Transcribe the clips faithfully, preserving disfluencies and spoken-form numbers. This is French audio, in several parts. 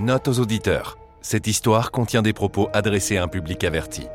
Note aux auditeurs. Cette histoire contient des propos adressés à un public averti.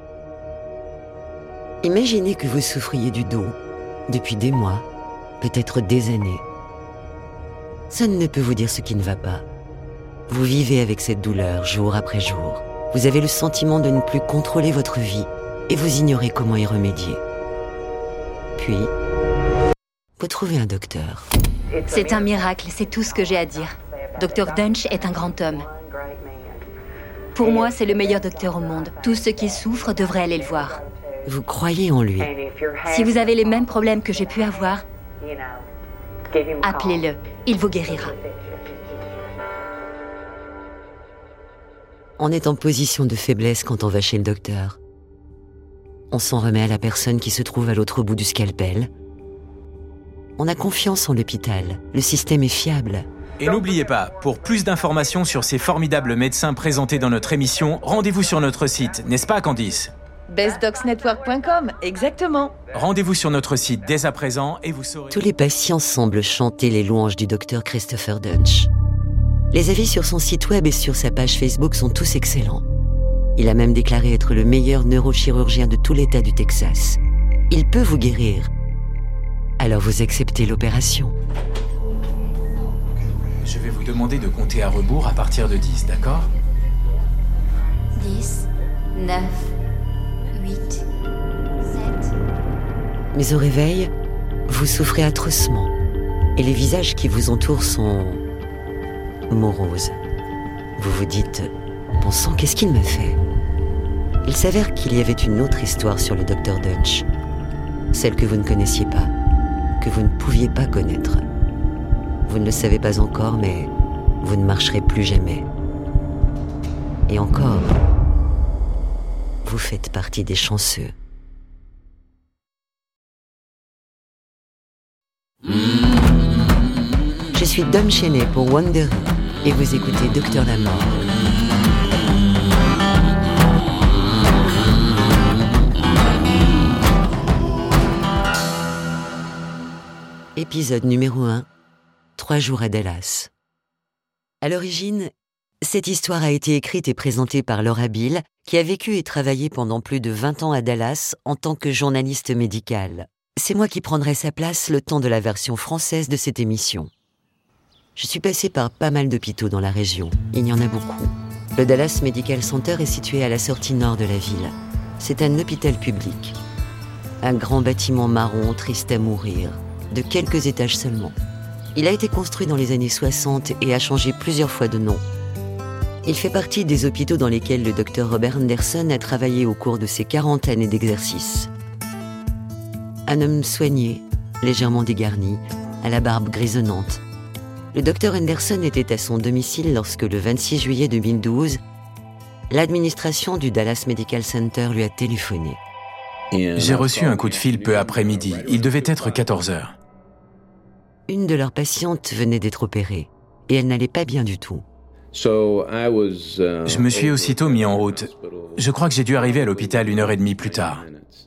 Imaginez que vous souffriez du dos depuis des mois, peut-être des années. Ça ne peut vous dire ce qui ne va pas. Vous vivez avec cette douleur jour après jour. Vous avez le sentiment de ne plus contrôler votre vie et vous ignorez comment y remédier. Puis, vous trouvez un docteur. C'est un miracle, c'est tout ce que j'ai à dire. docteur Dunch est un grand homme. Pour moi, c'est le meilleur docteur au monde. Tous ceux qui souffrent devraient aller le voir. Vous croyez en lui. Si vous avez les mêmes problèmes que j'ai pu avoir, appelez-le, il vous guérira. On est en position de faiblesse quand on va chez le docteur. On s'en remet à la personne qui se trouve à l'autre bout du scalpel. On a confiance en l'hôpital. Le système est fiable. Et n'oubliez pas, pour plus d'informations sur ces formidables médecins présentés dans notre émission, rendez-vous sur notre site, n'est-ce pas Candice ? best docs network point com, exactement. Rendez-vous sur notre site dès à présent et vous saurez... Tous les patients semblent chanter les louanges du docteur Christopher Dunch. Les avis sur son site web et sur sa page Facebook sont tous excellents. Il a même déclaré être le meilleur neurochirurgien de tout l'État du Texas. Il peut vous guérir. Alors vous acceptez l'opération. Je vais vous demander de compter à rebours à partir de dix, d'accord ? dix, neuf, huit, sept... Mais au réveil, vous souffrez atrocement. Et les visages qui vous entourent sont... moroses. Vous vous dites, bon sang, qu'est-ce qu'il me fait ? Il s'avère qu'il y avait une autre histoire sur le docteur Dunch. Celle que vous ne connaissiez pas, que vous ne pouviez pas connaître. Vous ne le savez pas encore, mais vous ne marcherez plus jamais. Et encore, vous faites partie des chanceux. Je suis Dom Cheney pour Wondery et vous écoutez Docteur Lamort. Épisode numéro un, Trois jours à Dallas. À l'origine, cette histoire a été écrite et présentée par Laura Bill, qui a vécu et travaillé pendant plus de vingt ans à Dallas en tant que journaliste médicale. C'est moi qui prendrai sa place le temps de la version française de cette émission. Je suis passée par pas mal d'hôpitaux dans la région. Il y en a beaucoup. Le Dallas Medical Center est situé à la sortie nord de la ville. C'est un hôpital public. Un grand bâtiment marron, triste à mourir, de quelques étages seulement. Il a été construit dans les années soixante et a changé plusieurs fois de nom. Il fait partie des hôpitaux dans lesquels le docteur Robert Anderson a travaillé au cours de ses quarante années d'exercice. Un homme soigné, légèrement dégarni, à la barbe grisonnante. Le docteur Anderson était à son domicile lorsque, le vingt-six juillet deux mille douze, l'administration du Dallas Medical Center lui a téléphoné. J'ai reçu un coup de fil peu après midi. Il devait être quatorze heures. Une de leurs patientes venait d'être opérée et elle n'allait pas bien du tout. Je me suis aussitôt mis en route. Je crois que j'ai dû arriver à l'hôpital une heure et demie plus tard.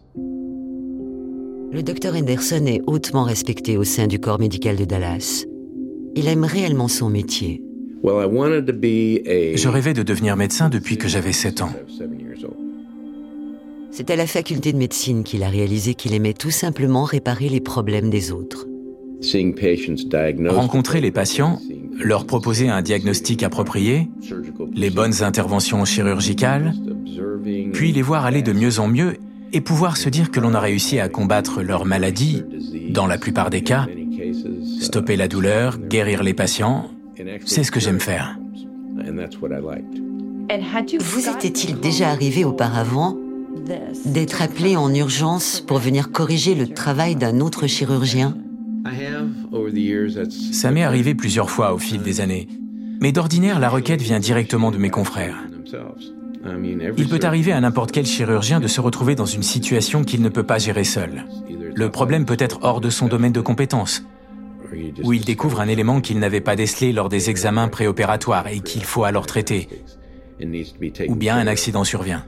Le docteur Anderson est hautement respecté au sein du corps médical de Dallas. Il aime réellement son métier. Je rêvais de devenir médecin depuis que j'avais sept ans. C'est à la faculté de médecine qu'il a réalisé qu'il aimait tout simplement réparer les problèmes des autres. Rencontrer les patients, leur proposer un diagnostic approprié, les bonnes interventions chirurgicales, puis les voir aller de mieux en mieux et pouvoir se dire que l'on a réussi à combattre leur maladie, dans la plupart des cas, stopper la douleur, guérir les patients, c'est ce que j'aime faire. Vous était-il déjà arrivé auparavant d'être appelé en urgence pour venir corriger le travail d'un autre chirurgien ? Ça m'est arrivé plusieurs fois au fil des années. Mais d'ordinaire, la requête vient directement de mes confrères. Il peut arriver à n'importe quel chirurgien de se retrouver dans une situation qu'il ne peut pas gérer seul. Le problème peut être hors de son domaine de compétence, où il découvre un élément qu'il n'avait pas décelé lors des examens préopératoires et qu'il faut alors traiter. Ou bien un accident survient.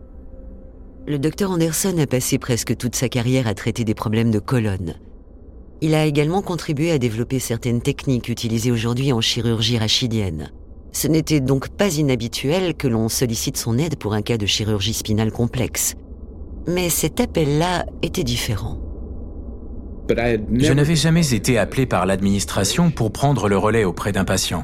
Le docteur Anderson a passé presque toute sa carrière à traiter des problèmes de colonne. Il a également contribué à développer certaines techniques utilisées aujourd'hui en chirurgie rachidienne. Ce n'était donc pas inhabituel que l'on sollicite son aide pour un cas de chirurgie spinale complexe. Mais cet appel-là était différent. Je n'avais jamais été appelé par l'administration pour prendre le relais auprès d'un patient.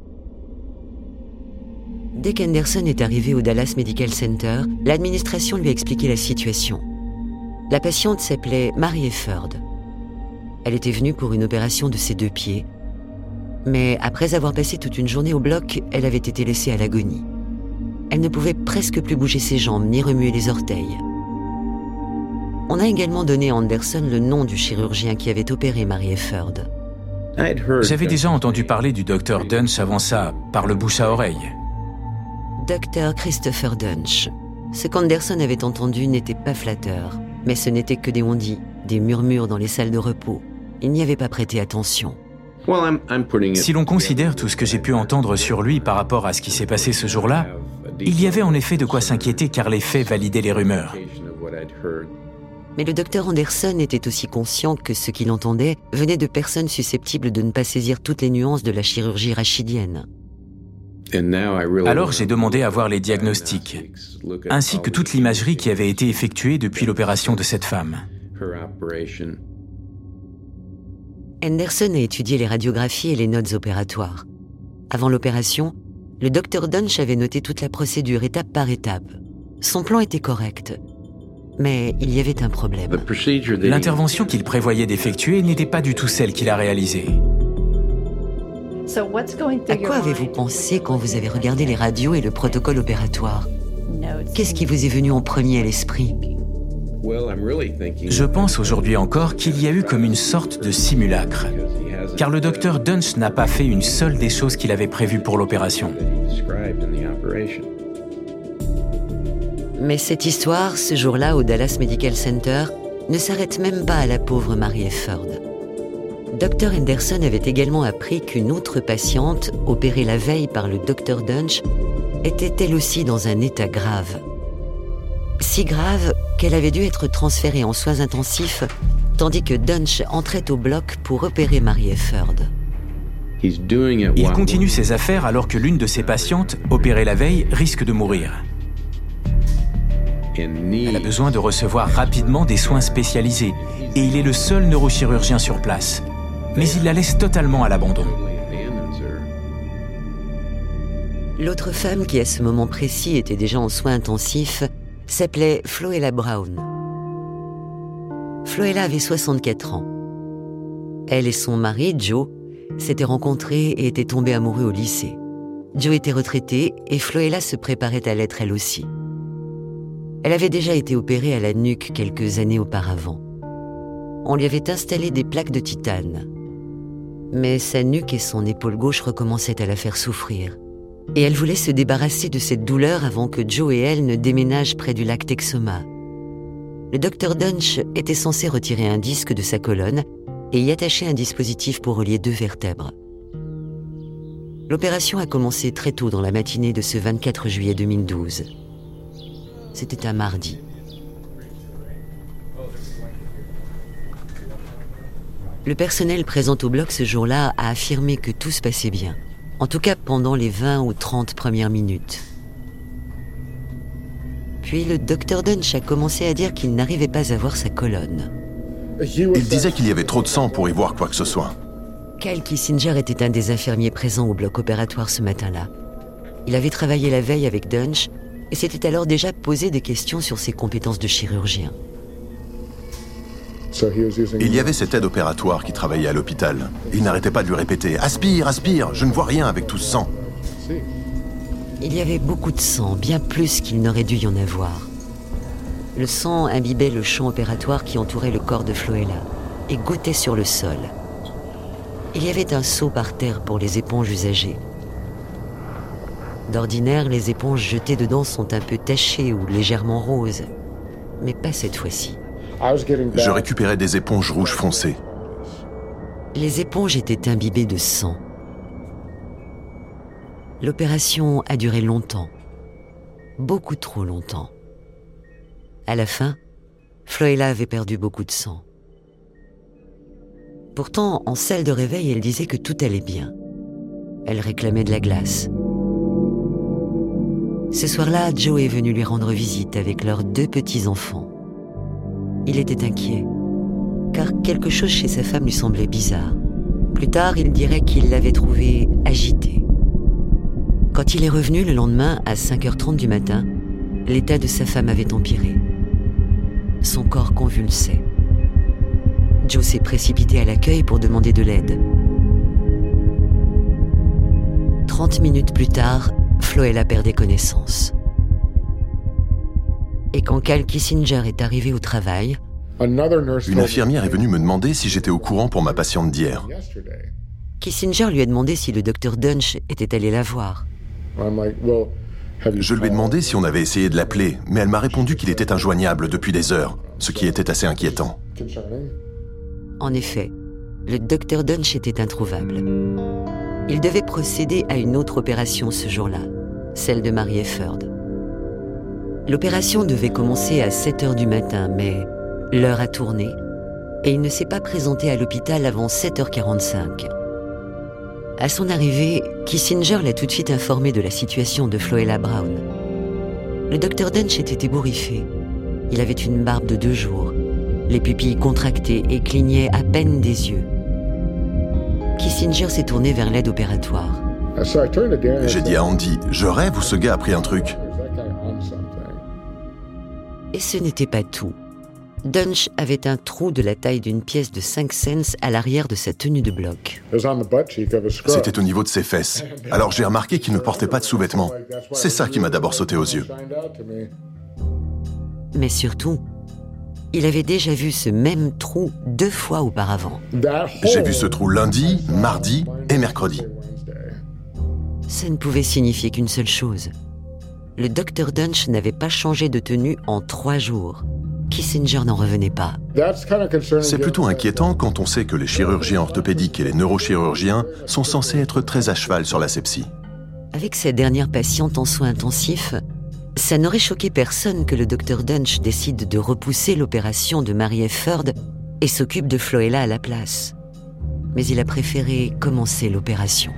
Dès qu'Henderson est arrivé au Dallas Medical Center, l'administration lui a expliqué la situation. La patiente s'appelait Mary Efford. Elle était venue pour une opération de ses deux pieds. Mais après avoir passé toute une journée au bloc, elle avait été laissée à l'agonie. Elle ne pouvait presque plus bouger ses jambes ni remuer les orteils. On a également donné à Henderson le nom du chirurgien qui avait opéré Mary Efford. J'avais déjà entendu parler du docteur Dunch avant ça, par le bouche à oreille. Docteur Christopher Dunch. Ce qu'Henderson avait entendu n'était pas flatteur, mais ce n'était que des on-dit, des murmures dans les salles de repos. Il n'y avait pas prêté attention. Si l'on considère tout ce que j'ai pu entendre sur lui par rapport à ce qui s'est passé ce jour-là, il y avait en effet de quoi s'inquiéter car les faits validaient les rumeurs. Mais le docteur Henderson était aussi conscient que ce qu'il entendait venait de personnes susceptibles de ne pas saisir toutes les nuances de la chirurgie rachidienne. Alors j'ai demandé à voir les diagnostics, ainsi que toute l'imagerie qui avait été effectuée depuis l'opération de cette femme. Henderson a étudié les radiographies et les notes opératoires. Avant l'opération, le docteur Dunch avait noté toute la procédure étape par étape. Son plan était correct, mais il y avait un problème. L'intervention qu'il prévoyait d'effectuer n'était pas du tout celle qu'il a réalisée. À quoi avez-vous pensé quand vous avez regardé les radios et le protocole opératoire? Qu'est-ce qui vous est venu en premier à l'esprit? Je pense aujourd'hui encore qu'il y a eu comme une sorte de simulacre, car le docteur Dunch n'a pas fait une seule des choses qu'il avait prévues pour l'opération. Mais cette histoire, ce jour-là au Dallas Medical Center, ne s'arrête même pas à la pauvre Mary Efford. docteur Henderson avait également appris qu'une autre patiente, opérée la veille par le docteur Dunch, était elle aussi dans un état grave. Si grave qu'elle avait dû être transférée en soins intensifs, tandis que Dunch entrait au bloc pour opérer Mary Efford. Il continue ses affaires alors que l'une de ses patientes, opérée la veille, risque de mourir. Elle a besoin de recevoir rapidement des soins spécialisés et il est le seul neurochirurgien sur place. Mais il la laisse totalement à l'abandon. L'autre femme qui à ce moment précis était déjà en soins intensifs s'appelait Floella Brown. Floella avait soixante-quatre ans. Elle et son mari, Joe, s'étaient rencontrés et étaient tombés amoureux au lycée. Joe était retraité et Floella se préparait à l'être elle aussi. Elle avait déjà été opérée à la nuque quelques années auparavant. On lui avait installé des plaques de titane. Mais sa nuque et son épaule gauche recommençaient à la faire souffrir. Et elle voulait se débarrasser de cette douleur avant que Joe et elle ne déménagent près du lac Texoma. Le docteur Dunch était censé retirer un disque de sa colonne et y attacher un dispositif pour relier deux vertèbres. L'opération a commencé très tôt dans la matinée de ce vingt-quatre juillet deux mille douze. C'était un mardi. Le personnel présent au bloc ce jour-là a affirmé que tout se passait bien. En tout cas pendant les vingt ou trente premières minutes. Puis le docteur Dunch a commencé à dire qu'il n'arrivait pas à voir sa colonne. Il disait qu'il y avait trop de sang pour y voir quoi que ce soit. Kyle Kissinger était un des infirmiers présents au bloc opératoire ce matin-là. Il avait travaillé la veille avec Dunch et s'était alors déjà posé des questions sur ses compétences de chirurgien. Il y avait cette aide opératoire qui travaillait à l'hôpital. Il n'arrêtait pas de lui répéter « Aspire, aspire, je ne vois rien avec tout ce sang ». Il y avait beaucoup de sang, bien plus qu'il n'aurait dû y en avoir. Le sang imbibait le champ opératoire qui entourait le corps de Floella et gouttait sur le sol. Il y avait un seau par terre pour les éponges usagées. D'ordinaire, les éponges jetées dedans sont un peu tachées ou légèrement roses, mais pas cette fois-ci. Je récupérais des éponges rouges foncées. Les éponges étaient imbibées de sang. L'opération a duré longtemps, beaucoup trop longtemps. À la fin, Floella avait perdu beaucoup de sang. Pourtant, en salle de réveil, elle disait que tout allait bien. Elle réclamait de la glace. Ce soir-là, Joe est venu lui rendre visite avec leurs deux petits-enfants. Il était inquiet, car quelque chose chez sa femme lui semblait bizarre. Plus tard, il dirait qu'il l'avait trouvée agitée. Quand il est revenu le lendemain, à cinq heures trente du matin, l'état de sa femme avait empiré. Son corps convulsait. Joe s'est précipité à l'accueil pour demander de l'aide. Trente minutes plus tard, Floella perdait connaissance. Et quand Cal Kissinger est arrivé au travail, une infirmière est venue me demander si j'étais au courant pour ma patiente d'hier. Kissinger lui a demandé si le docteur Dunch était allé la voir. Je lui ai demandé si on avait essayé de l'appeler, mais elle m'a répondu qu'il était injoignable depuis des heures, ce qui était assez inquiétant. En effet, le docteur Dunch était introuvable. Il devait procéder à une autre opération ce jour-là, celle de Mary Efford. L'opération devait commencer à sept heures du matin, mais l'heure a tourné et il ne s'est pas présenté à l'hôpital avant sept heures quarante-cinq. À son arrivée, Kissinger l'a tout de suite informé de la situation de Floella Brown. Le docteur Dunch était ébouriffé. Il avait une barbe de deux jours, les pupilles contractées et clignait à peine des yeux. Kissinger s'est tourné vers l'aide opératoire. J'ai dit à Andy, je rêve ou ce gars a pris un truc? Et ce n'était pas tout. Dunch avait un trou de la taille d'une pièce de cinq cents à l'arrière de sa tenue de bloc. C'était au niveau de ses fesses. Alors j'ai remarqué qu'il ne portait pas de sous-vêtements. C'est ça qui m'a d'abord sauté aux yeux. Mais surtout, il avait déjà vu ce même trou deux fois auparavant. J'ai vu ce trou lundi, mardi et mercredi. Ça ne pouvait signifier qu'une seule chose. Le docteur Dunch n'avait pas changé de tenue en trois jours. Kissinger n'en revenait pas. C'est plutôt inquiétant quand on sait que les chirurgiens orthopédiques et les neurochirurgiens sont censés être très à cheval sur l'asepsie. Avec sa dernière patiente en soins intensifs, ça n'aurait choqué personne que le docteur Dunch décide de repousser l'opération de Mary Efford et s'occupe de Floella à la place. Mais il a préféré commencer l'opération.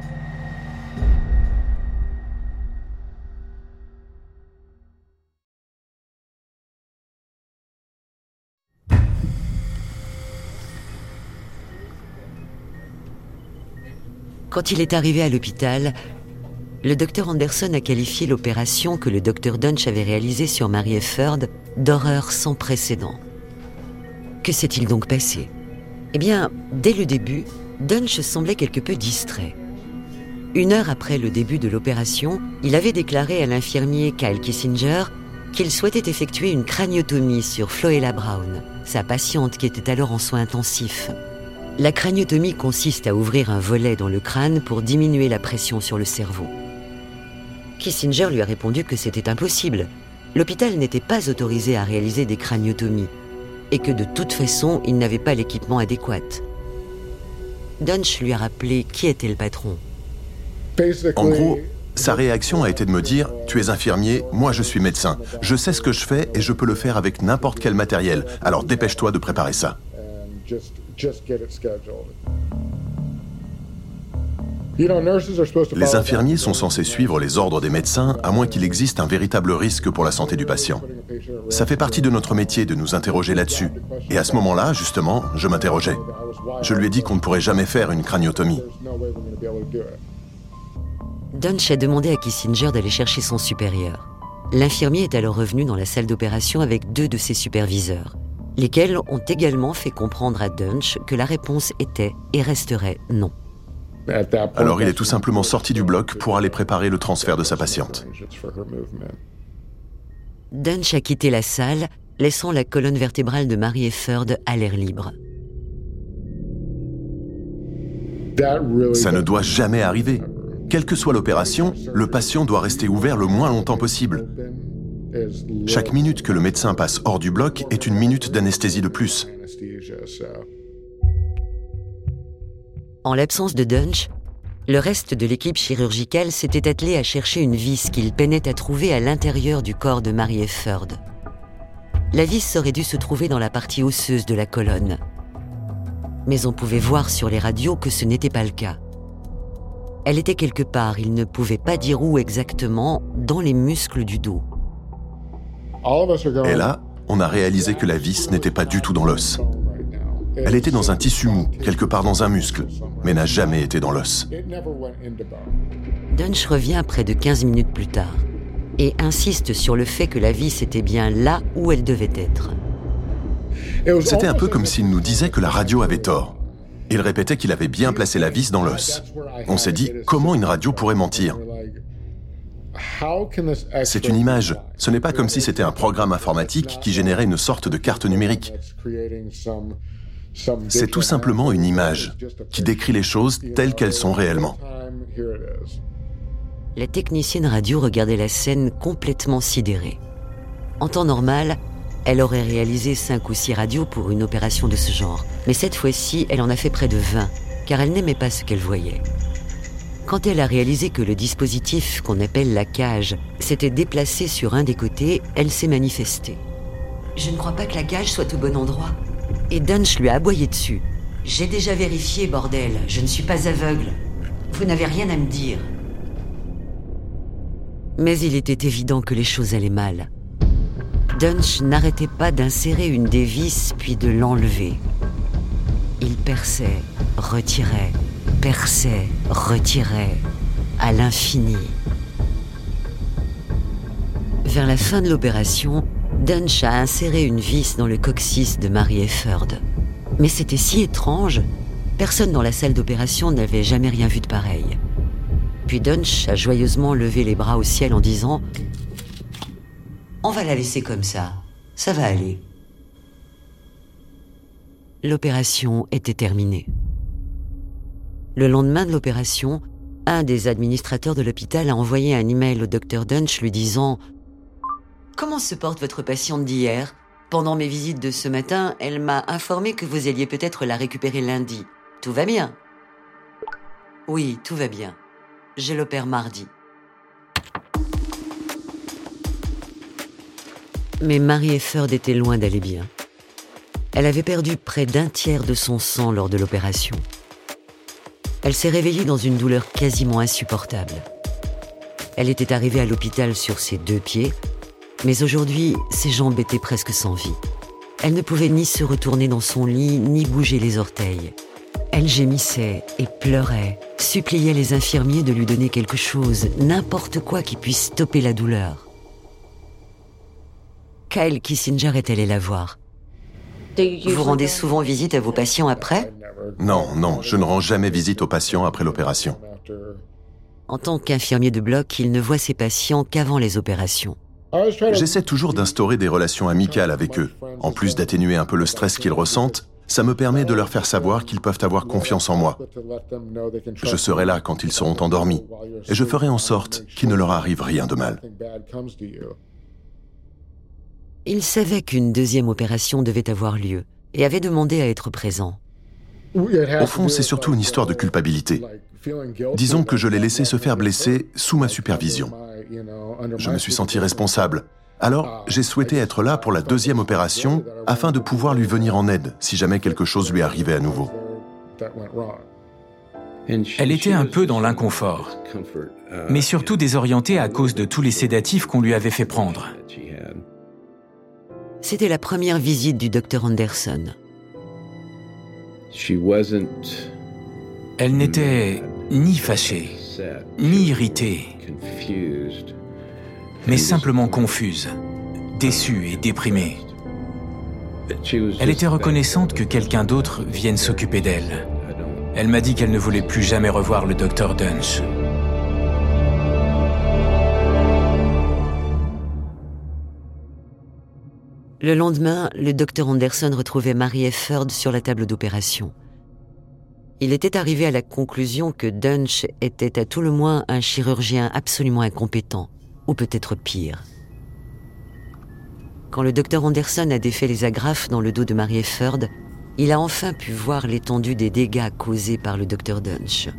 Quand il est arrivé à l'hôpital, le docteur Anderson a qualifié l'opération que le docteur Dunch avait réalisée sur Mary Efford d'horreur sans précédent. Que s'est-il donc passé? Eh bien, dès le début, Dunch semblait quelque peu distrait. Une heure après le début de l'opération, il avait déclaré à l'infirmier Kyle Kissinger qu'il souhaitait effectuer une craniotomie sur Floella Brown, sa patiente qui était alors en soins intensifs. La craniotomie consiste à ouvrir un volet dans le crâne pour diminuer la pression sur le cerveau. Kissinger lui a répondu que c'était impossible. L'hôpital n'était pas autorisé à réaliser des craniotomies et que de toute façon, il n'avait pas l'équipement adéquat. Dunch lui a rappelé qui était le patron. En gros, sa réaction a été de me dire « Tu es infirmier, moi je suis médecin. Je sais ce que je fais et je peux le faire avec n'importe quel matériel. Alors dépêche-toi de préparer ça. » Les infirmiers sont censés suivre les ordres des médecins à moins qu'il existe un véritable risque pour la santé du patient. Ça fait partie de notre métier de nous interroger là-dessus. Et à ce moment-là, justement, je m'interrogeais. Je lui ai dit qu'on ne pourrait jamais faire une craniotomie. Dunch a demandé à Kissinger d'aller chercher son supérieur. L'infirmier est alors revenu dans la salle d'opération avec deux de ses superviseurs, lesquels ont également fait comprendre à Dunch que la réponse était et resterait non. Alors il est tout simplement sorti du bloc pour aller préparer le transfert de sa patiente. Dunch a quitté la salle, laissant la colonne vertébrale de Mary Efford à l'air libre. Ça ne doit jamais arriver. Quelle que soit l'opération, le patient doit rester ouvert le moins longtemps possible. Chaque minute que le médecin passe hors du bloc est une minute d'anesthésie de plus. En l'absence de Dunch, le reste de l'équipe chirurgicale s'était attelé à chercher une vis qu'il peinait à trouver à l'intérieur du corps de Mary Efford. La vis aurait dû se trouver dans la partie osseuse de la colonne. Mais on pouvait voir sur les radios que ce n'était pas le cas. Elle était quelque part, il ne pouvait pas dire où exactement, dans les muscles du dos. Et là, on a réalisé que la vis n'était pas du tout dans l'os. Elle était dans un tissu mou, quelque part dans un muscle, mais n'a jamais été dans l'os. Dunch revient près de quinze minutes plus tard et insiste sur le fait que la vis était bien là où elle devait être. C'était un peu comme s'il nous disait que la radio avait tort. Il répétait qu'il avait bien placé la vis dans l'os. On s'est dit, comment une radio pourrait mentir ? C'est une image. Ce n'est pas comme si c'était un programme informatique qui générait une sorte de carte numérique. C'est tout simplement une image qui décrit les choses telles qu'elles sont réellement. La technicienne radio regardait la scène complètement sidérée. En temps normal, elle aurait réalisé cinq ou six radios pour une opération de ce genre. Mais cette fois-ci, elle en a fait près de vingt, car elle n'aimait pas ce qu'elle voyait. Quand elle a réalisé que le dispositif qu'on appelle la cage s'était déplacé sur un des côtés, elle s'est manifestée. « Je ne crois pas que la cage soit au bon endroit. » Et Dunch lui a aboyé dessus. « J'ai déjà vérifié, bordel, je ne suis pas aveugle. Vous n'avez rien à me dire. » Mais il était évident que les choses allaient mal. Dunch n'arrêtait pas d'insérer une des vis puis de l'enlever. Il perçait, retirait, perçait, retirait, à l'infini. Vers la fin de l'opération, Dunch a inséré une vis dans le coccyx de Mary Efford. Mais c'était si étrange, personne dans la salle d'opération n'avait jamais rien vu de pareil. Puis Dunch a joyeusement levé les bras au ciel en disant « On va la laisser comme ça, ça va aller. » L'opération était terminée. Le lendemain de l'opération, un des administrateurs de l'hôpital a envoyé un email au docteur Dunch lui disant « Comment se porte votre patiente d'hier ? Pendant mes visites de ce matin, elle m'a informé que vous alliez peut-être la récupérer lundi. Tout va bien ? » « Oui, tout va bien. Je l'opère mardi. » Mais Mary Efford était loin d'aller bien. Elle avait perdu près d'un tiers de son sang lors de l'opération. Elle s'est réveillée dans une douleur quasiment insupportable. Elle était arrivée à l'hôpital sur ses deux pieds, mais aujourd'hui, ses jambes étaient presque sans vie. Elle ne pouvait ni se retourner dans son lit, ni bouger les orteils. Elle gémissait et pleurait, suppliait les infirmiers de lui donner quelque chose, n'importe quoi qui puisse stopper la douleur. Kyle Kissinger est allé la voir. Vous rendez souvent visite à vos patients après ? Non, non, je ne rends jamais visite aux patients après l'opération. En tant qu'infirmier de bloc, il ne voit ses patients qu'avant les opérations. J'essaie toujours d'instaurer des relations amicales avec eux. En plus d'atténuer un peu le stress qu'ils ressentent, ça me permet de leur faire savoir qu'ils peuvent avoir confiance en moi. Je serai là quand ils seront endormis, et je ferai en sorte qu'il ne leur arrive rien de mal. Il savait qu'une deuxième opération devait avoir lieu, et avait demandé à être présent. Au fond, c'est surtout une histoire de culpabilité. Disons que je l'ai laissé se faire blesser sous ma supervision. Je me suis senti responsable. Alors, j'ai souhaité être là pour la deuxième opération afin de pouvoir lui venir en aide si jamais quelque chose lui arrivait à nouveau. Elle était un peu dans l'inconfort, mais surtout désorientée à cause de tous les sédatifs qu'on lui avait fait prendre. C'était la première visite du docteur Anderson. Elle n'était ni fâchée, ni irritée, mais simplement confuse, déçue et déprimée. Elle était reconnaissante que quelqu'un d'autre vienne s'occuper d'elle. Elle m'a dit qu'elle ne voulait plus jamais revoir le docteur Dunch. Le lendemain, le docteur Anderson retrouvait Mary Efford sur la table d'opération. Il était arrivé à la conclusion que Dunch était à tout le moins un chirurgien absolument incompétent, ou peut-être pire. Quand le docteur Anderson a défait les agrafes dans le dos de Mary Efford, il a enfin pu voir l'étendue des dégâts causés par le docteur Dunch.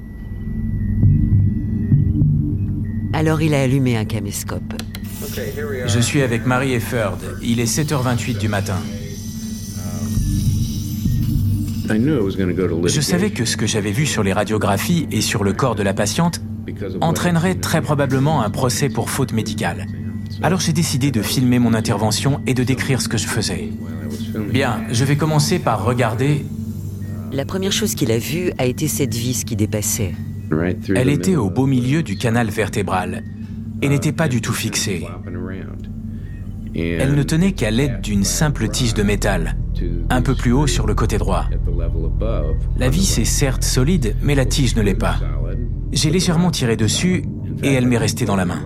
Alors il a allumé un caméscope. Je suis avec Mary Efford. Il est sept heures vingt-huit du matin. Je savais que ce que j'avais vu sur les radiographies et sur le corps de la patiente entraînerait très probablement un procès pour faute médicale. Alors j'ai décidé de filmer mon intervention et de décrire ce que je faisais. Bien, je vais commencer par regarder... La première chose qu'il a vue a été cette vis qui dépassait. Elle était au beau milieu du canal vertébral et n'était pas du tout fixée. Elle ne tenait qu'à l'aide d'une simple tige de métal, un peu plus haut sur le côté droit. La vis est certes solide, mais la tige ne l'est pas. J'ai légèrement tiré dessus et elle m'est restée dans la main.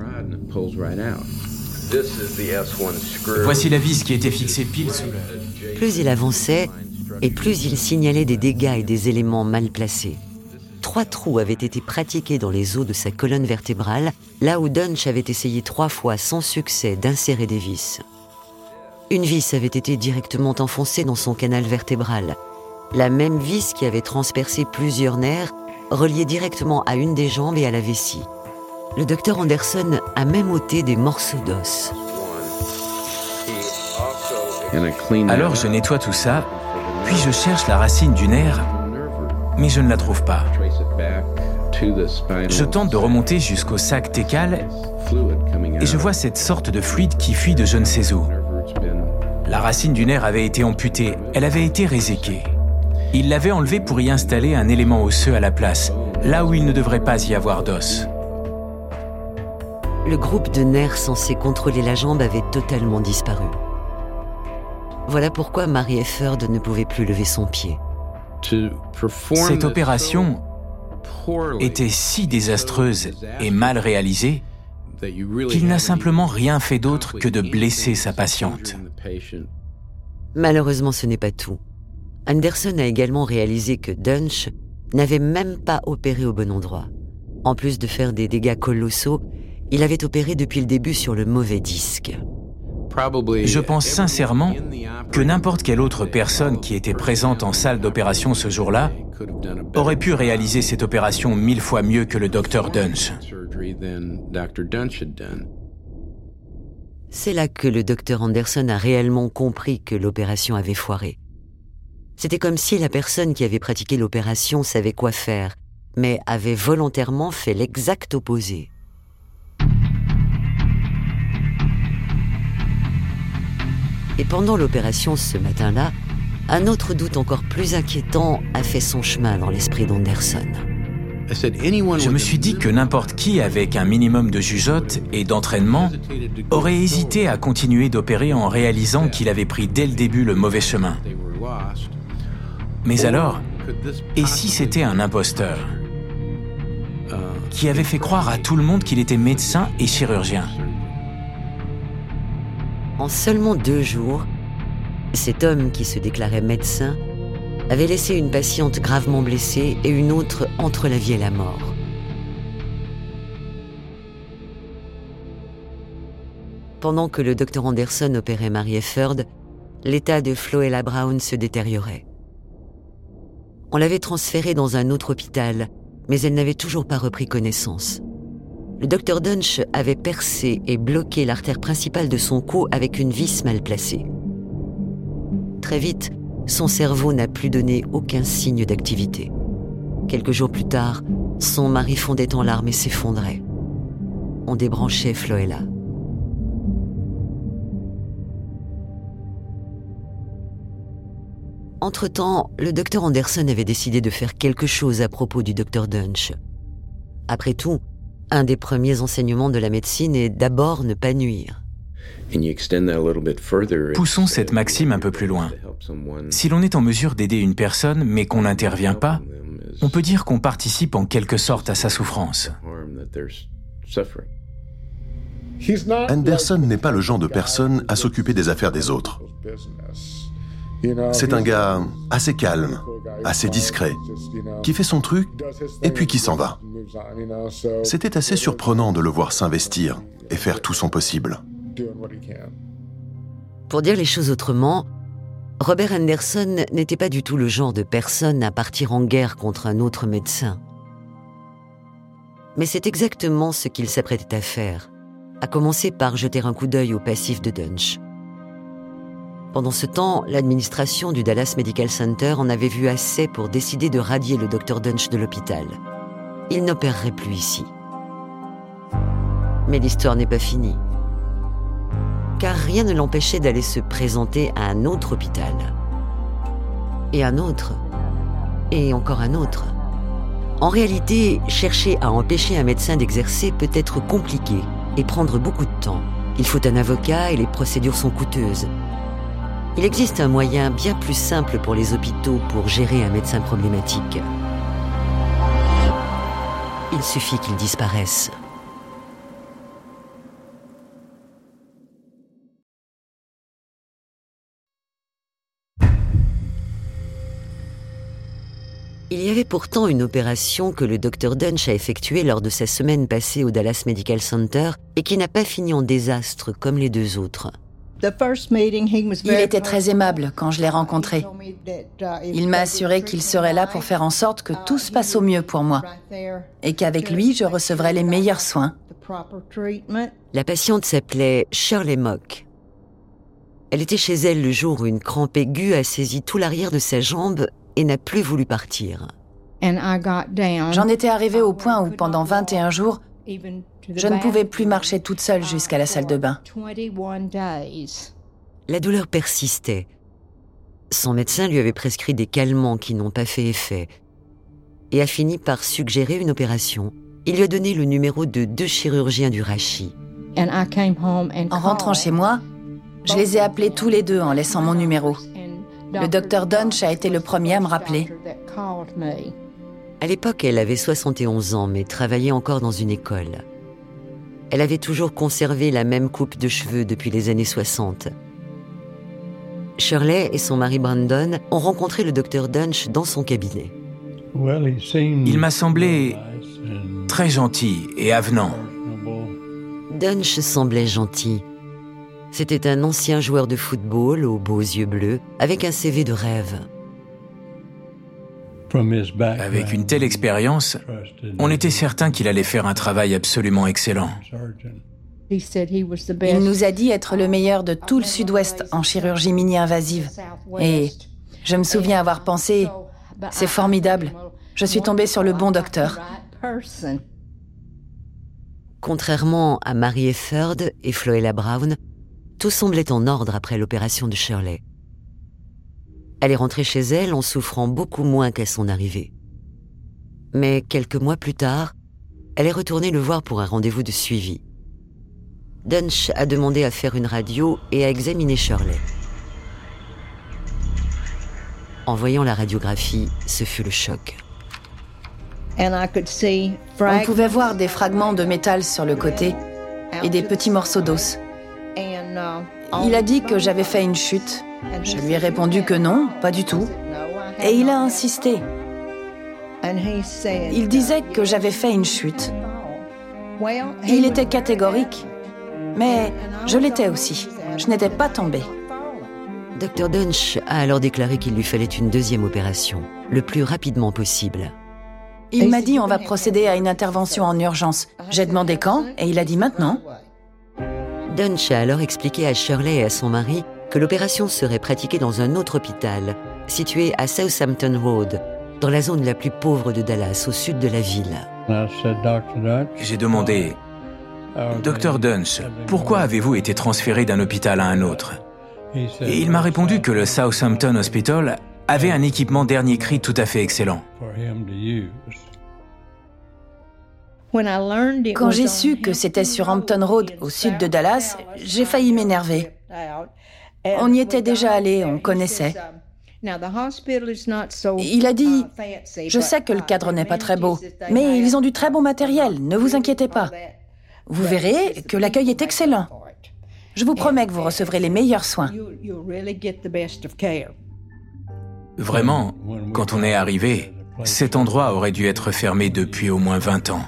Voici la vis qui était fixée pile sous le... Plus il avançait, et plus il signalait des dégâts et des éléments mal placés. Trois trous avaient été pratiqués dans les os de sa colonne vertébrale, là où Dunch avait essayé trois fois sans succès d'insérer des vis. Une vis avait été directement enfoncée dans son canal vertébral, la même vis qui avait transpercé plusieurs nerfs, reliés directement à une des jambes et à la vessie. Le docteur Anderson a même ôté des morceaux d'os. Alors je nettoie tout ça, puis je cherche la racine du nerf, mais je ne la trouve pas. Je tente de remonter jusqu'au sac thécal et je vois cette sorte de fluide qui fuit de je ne sais où. La racine du nerf avait été amputée, elle avait été réséquée. Il l'avait enlevée pour y installer un élément osseux à la place, là où il ne devrait pas y avoir d'os. Le groupe de nerfs censé contrôler la jambe avait totalement disparu. Voilà pourquoi Mary Efford ne pouvait plus lever son pied. Cette opération était si désastreuse et mal réalisée qu'il n'a simplement rien fait d'autre que de blesser sa patiente. Malheureusement, ce n'est pas tout. Anderson a également réalisé que Dunch n'avait même pas opéré au bon endroit. En plus de faire des dégâts colossaux, il avait opéré depuis le début sur le mauvais disque. Je pense sincèrement que n'importe quelle autre personne qui était présente en salle d'opération ce jour-là aurait pu réaliser cette opération mille fois mieux que le docteur Dunch. C'est là que le docteur Anderson a réellement compris que l'opération avait foiré. C'était comme si la personne qui avait pratiqué l'opération savait quoi faire, mais avait volontairement fait l'exact opposé. Et pendant l'opération ce matin-là, un autre doute encore plus inquiétant a fait son chemin dans l'esprit d'Anderson. Je me suis dit que n'importe qui avec un minimum de jugeote et d'entraînement aurait hésité à continuer d'opérer en réalisant qu'il avait pris dès le début le mauvais chemin. Mais alors, et si c'était un imposteur qui avait fait croire à tout le monde qu'il était médecin et chirurgien? En seulement deux jours, cet homme qui se déclarait médecin avait laissé une patiente gravement blessée et une autre entre la vie et la mort. Pendant que le docteur Anderson opérait Mary Efford, l'état de Floella Brown se détériorait. On l'avait transférée dans un autre hôpital, mais elle n'avait toujours pas repris connaissance. Le docteur Dunch avait percé et bloqué l'artère principale de son cou avec une vis mal placée. Très vite, son cerveau n'a plus donné aucun signe d'activité. Quelques jours plus tard, son mari fondait en larmes et s'effondrait. On débranchait Floella. Entre-temps, le docteur Anderson avait décidé de faire quelque chose à propos du docteur Dunch. Après tout, un des premiers enseignements de la médecine est d'abord ne pas nuire. Poussons cette maxime un peu plus loin. Si l'on est en mesure d'aider une personne mais qu'on n'intervient pas, on peut dire qu'on participe en quelque sorte à sa souffrance. Anderson n'est pas le genre de personne à s'occuper des affaires des autres. C'est un gars assez calme, assez discret, qui fait son truc et puis qui s'en va. C'était assez surprenant de le voir s'investir et faire tout son possible. Pour dire les choses autrement, Robert Anderson n'était pas du tout le genre de personne à partir en guerre contre un autre médecin. Mais c'est exactement ce qu'il s'apprêtait à faire, à commencer par jeter un coup d'œil au passif de Dunch. Pendant ce temps, l'administration du Dallas Medical Center en avait vu assez pour décider de radier le docteur Dunch de l'hôpital. Il n'opérerait plus ici. Mais l'histoire n'est pas finie. Car rien ne l'empêchait d'aller se présenter à un autre hôpital. Et un autre. Et encore un autre. En réalité, chercher à empêcher un médecin d'exercer peut être compliqué et prendre beaucoup de temps. Il faut un avocat et les procédures sont coûteuses. Il existe un moyen bien plus simple pour les hôpitaux pour gérer un médecin problématique. Il suffit qu'il disparaisse. Il y avait pourtant une opération que le docteur Dunch a effectuée lors de sa semaine passée au Dallas Medical Center et qui n'a pas fini en désastre comme les deux autres. Il était très aimable quand je l'ai rencontré. Il m'a assuré qu'il serait là pour faire en sorte que tout se passe au mieux pour moi et qu'avec lui, je recevrais les meilleurs soins. La patiente s'appelait Shirley Mock. Elle était chez elle le jour où une crampe aiguë a saisi tout l'arrière de sa jambe et n'a plus voulu partir. J'en étais arrivée au point où, pendant vingt et un jours, je ne pouvais plus marcher toute seule jusqu'à la salle de bain. La douleur persistait. Son médecin lui avait prescrit des calmants qui n'ont pas fait effet et a fini par suggérer une opération. Il lui a donné le numéro de deux chirurgiens du rachis. En rentrant chez moi, je les ai appelés tous les deux en laissant mon numéro. Le docteur Dunch a été le premier à me rappeler. À l'époque, elle avait soixante et onze ans, mais travaillait encore dans une école. Elle avait toujours conservé la même coupe de cheveux depuis les années soixante. Shirley et son mari Brandon ont rencontré le docteur Dunch dans son cabinet. Il m'a semblé très gentil et avenant. Dunch semblait gentil. C'était un ancien joueur de football aux beaux yeux bleus, avec un C V de rêve. Avec une telle expérience, on était certain qu'il allait faire un travail absolument excellent. Il nous a dit être le meilleur de tout le Sud-Ouest en chirurgie mini-invasive. Et je me souviens avoir pensé, c'est formidable, je suis tombée sur le bon docteur. Contrairement à Mary Efford et Floella Brown, tout semblait en ordre après l'opération de Shirley. Elle est rentrée chez elle en souffrant beaucoup moins qu'à son arrivée. Mais quelques mois plus tard, elle est retournée le voir pour un rendez-vous de suivi. Dunch a demandé à faire une radio et à examiner Shirley. En voyant la radiographie, ce fut le choc. On pouvait voir des fragments de métal sur le côté et des petits morceaux d'os. Il a dit que j'avais fait une chute. Je lui ai répondu que non, pas du tout. Et il a insisté. Il disait que j'avais fait une chute. Il était catégorique. Mais je l'étais aussi. Je n'étais pas tombée. docteur Dunch a alors déclaré qu'il lui fallait une deuxième opération, le plus rapidement possible. Il m'a dit on va procéder à une intervention en urgence. J'ai demandé quand et il a dit maintenant. Dunch a alors expliqué à Shirley et à son mari que l'opération serait pratiquée dans un autre hôpital, situé à Southampton Road, dans la zone la plus pauvre de Dallas, au sud de la ville. J'ai demandé, docteur Dunch, pourquoi avez-vous été transféré d'un hôpital à un autre? Et il m'a répondu que le Southampton Hospital avait un équipement dernier cri tout à fait excellent. Quand j'ai su que c'était sur Hampton Road, au sud de Dallas, j'ai failli m'énerver. On y était déjà allé, on connaissait. Il a dit, je sais que le cadre n'est pas très beau, mais ils ont du très bon matériel, ne vous inquiétez pas. Vous verrez que l'accueil est excellent. Je vous promets que vous recevrez les meilleurs soins. Vraiment, quand on est arrivé, cet endroit aurait dû être fermé depuis au moins vingt ans.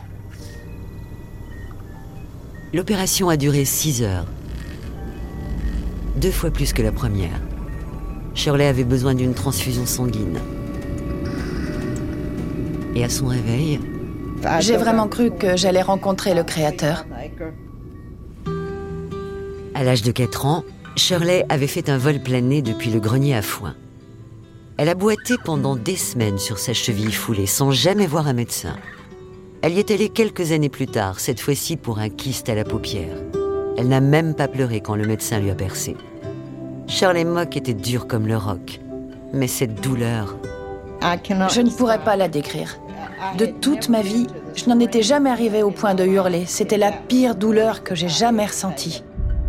L'opération a duré six heures. Deux fois plus que la première. Shirley avait besoin d'une transfusion sanguine. Et à son réveil... J'ai vraiment cru que j'allais rencontrer le Créateur. À l'âge de quatre ans, Shirley avait fait un vol plané depuis le grenier à foin. Elle a boité pendant des semaines sur sa cheville foulée sans jamais voir un médecin. Elle y est allée quelques années plus tard, cette fois-ci pour un kyste à la paupière. Elle n'a même pas pleuré quand le médecin lui a percé. Shirley Mock était dure comme le roc, mais cette douleur... Je ne pourrais pas la décrire. De toute ma vie, je n'en étais jamais arrivée au point de hurler. C'était la pire douleur que j'ai jamais ressentie.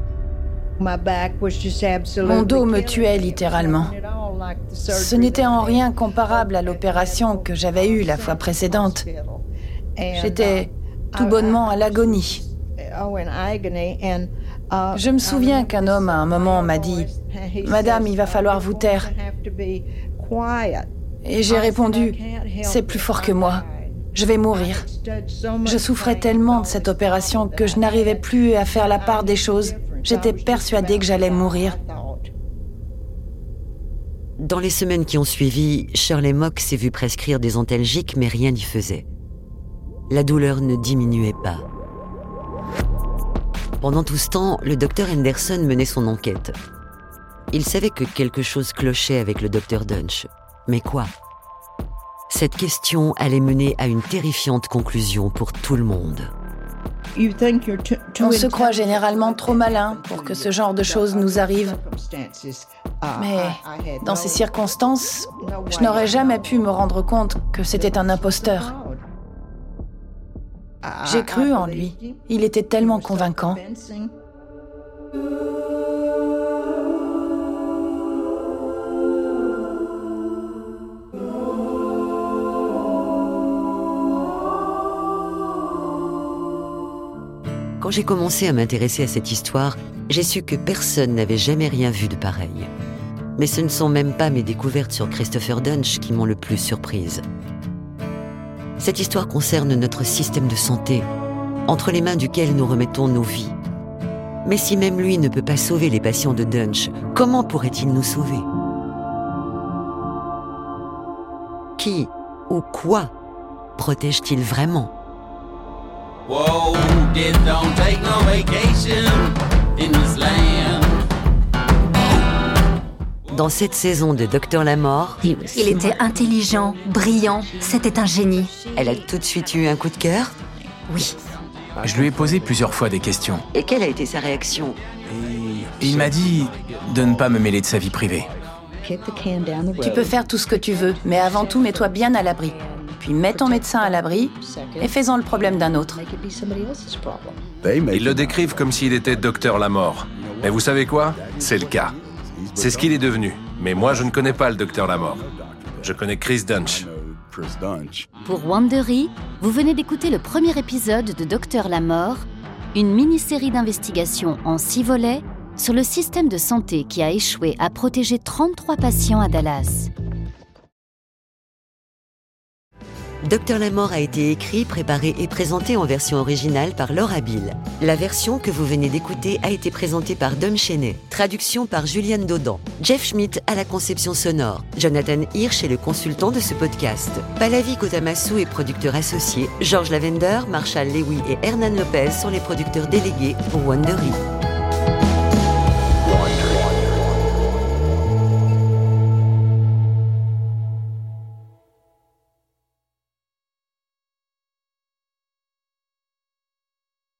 Mon dos me tuait littéralement. Ce n'était en rien comparable à l'opération que j'avais eue la fois précédente. J'étais tout bonnement à l'agonie. Je me souviens qu'un homme à un moment m'a dit « Madame, il va falloir vous taire ». Et j'ai répondu « C'est plus fort que moi. Je vais mourir ». Je souffrais tellement de cette opération que je n'arrivais plus à faire la part des choses. J'étais persuadée que j'allais mourir. Dans les semaines qui ont suivi, Shirley Mock s'est vue prescrire des antalgiques, mais rien n'y faisait. La douleur ne diminuait pas. Pendant tout ce temps, le docteur Henderson menait son enquête. Il savait que quelque chose clochait avec le docteur Dunch. Mais quoi ? Cette question allait mener à une terrifiante conclusion pour tout le monde. On se croit généralement trop malin pour que ce genre de choses nous arrive. Mais dans ces circonstances, je n'aurais jamais pu me rendre compte que c'était un imposteur. J'ai cru en lui. Il était tellement convaincant. Quand j'ai commencé à m'intéresser à cette histoire, j'ai su que personne n'avait jamais rien vu de pareil. Mais ce ne sont même pas mes découvertes sur Christopher Dunch qui m'ont le plus surprise. Cette histoire concerne notre système de santé, entre les mains duquel nous remettons nos vies. Mais si même lui ne peut pas sauver les patients de Dunch, comment pourrait-il nous sauver ? Qui ou quoi protège-t-il vraiment ? Whoa, this don't take no vacation in this land. Dans cette saison de Docteur Lamort, Il était intelligent, brillant, c'était un génie. elle a tout de suite eu un coup de cœur. Oui. Je lui ai posé plusieurs fois des questions. Et quelle a été sa réaction ? Il m'a dit de ne pas me mêler de sa vie privée. Tu peux faire tout ce que tu veux, mais avant tout, mets-toi bien à l'abri. Puis mets ton médecin à l'abri et fais-en le problème d'un autre. Ils le décrivent comme s'il était Docteur Lamort. Mais vous savez quoi ? C'est le cas. C'est ce qu'il est devenu. Mais moi, je ne connais pas le Docteur Lamort. Je connais Chris Dunch. Pour Wandery, vous venez d'écouter le premier épisode de Docteur Lamort, une mini-série d'investigation en six volets sur le système de santé qui a échoué à protéger trente-trois patients à Dallas. Docteur Lamort a été écrit, préparé et présenté en version originale par Laura Bill. La version que vous venez d'écouter a été présentée par Dom Cheney. Traduction par Juliane Dodan. Jeff Schmidt à la conception sonore. Jonathan Hirsch est le consultant de ce podcast. Pallavi Kotamasu est producteur associé. Georges Lavender, Marshall Lewy et Hernan Lopez sont les producteurs délégués pour Wandery.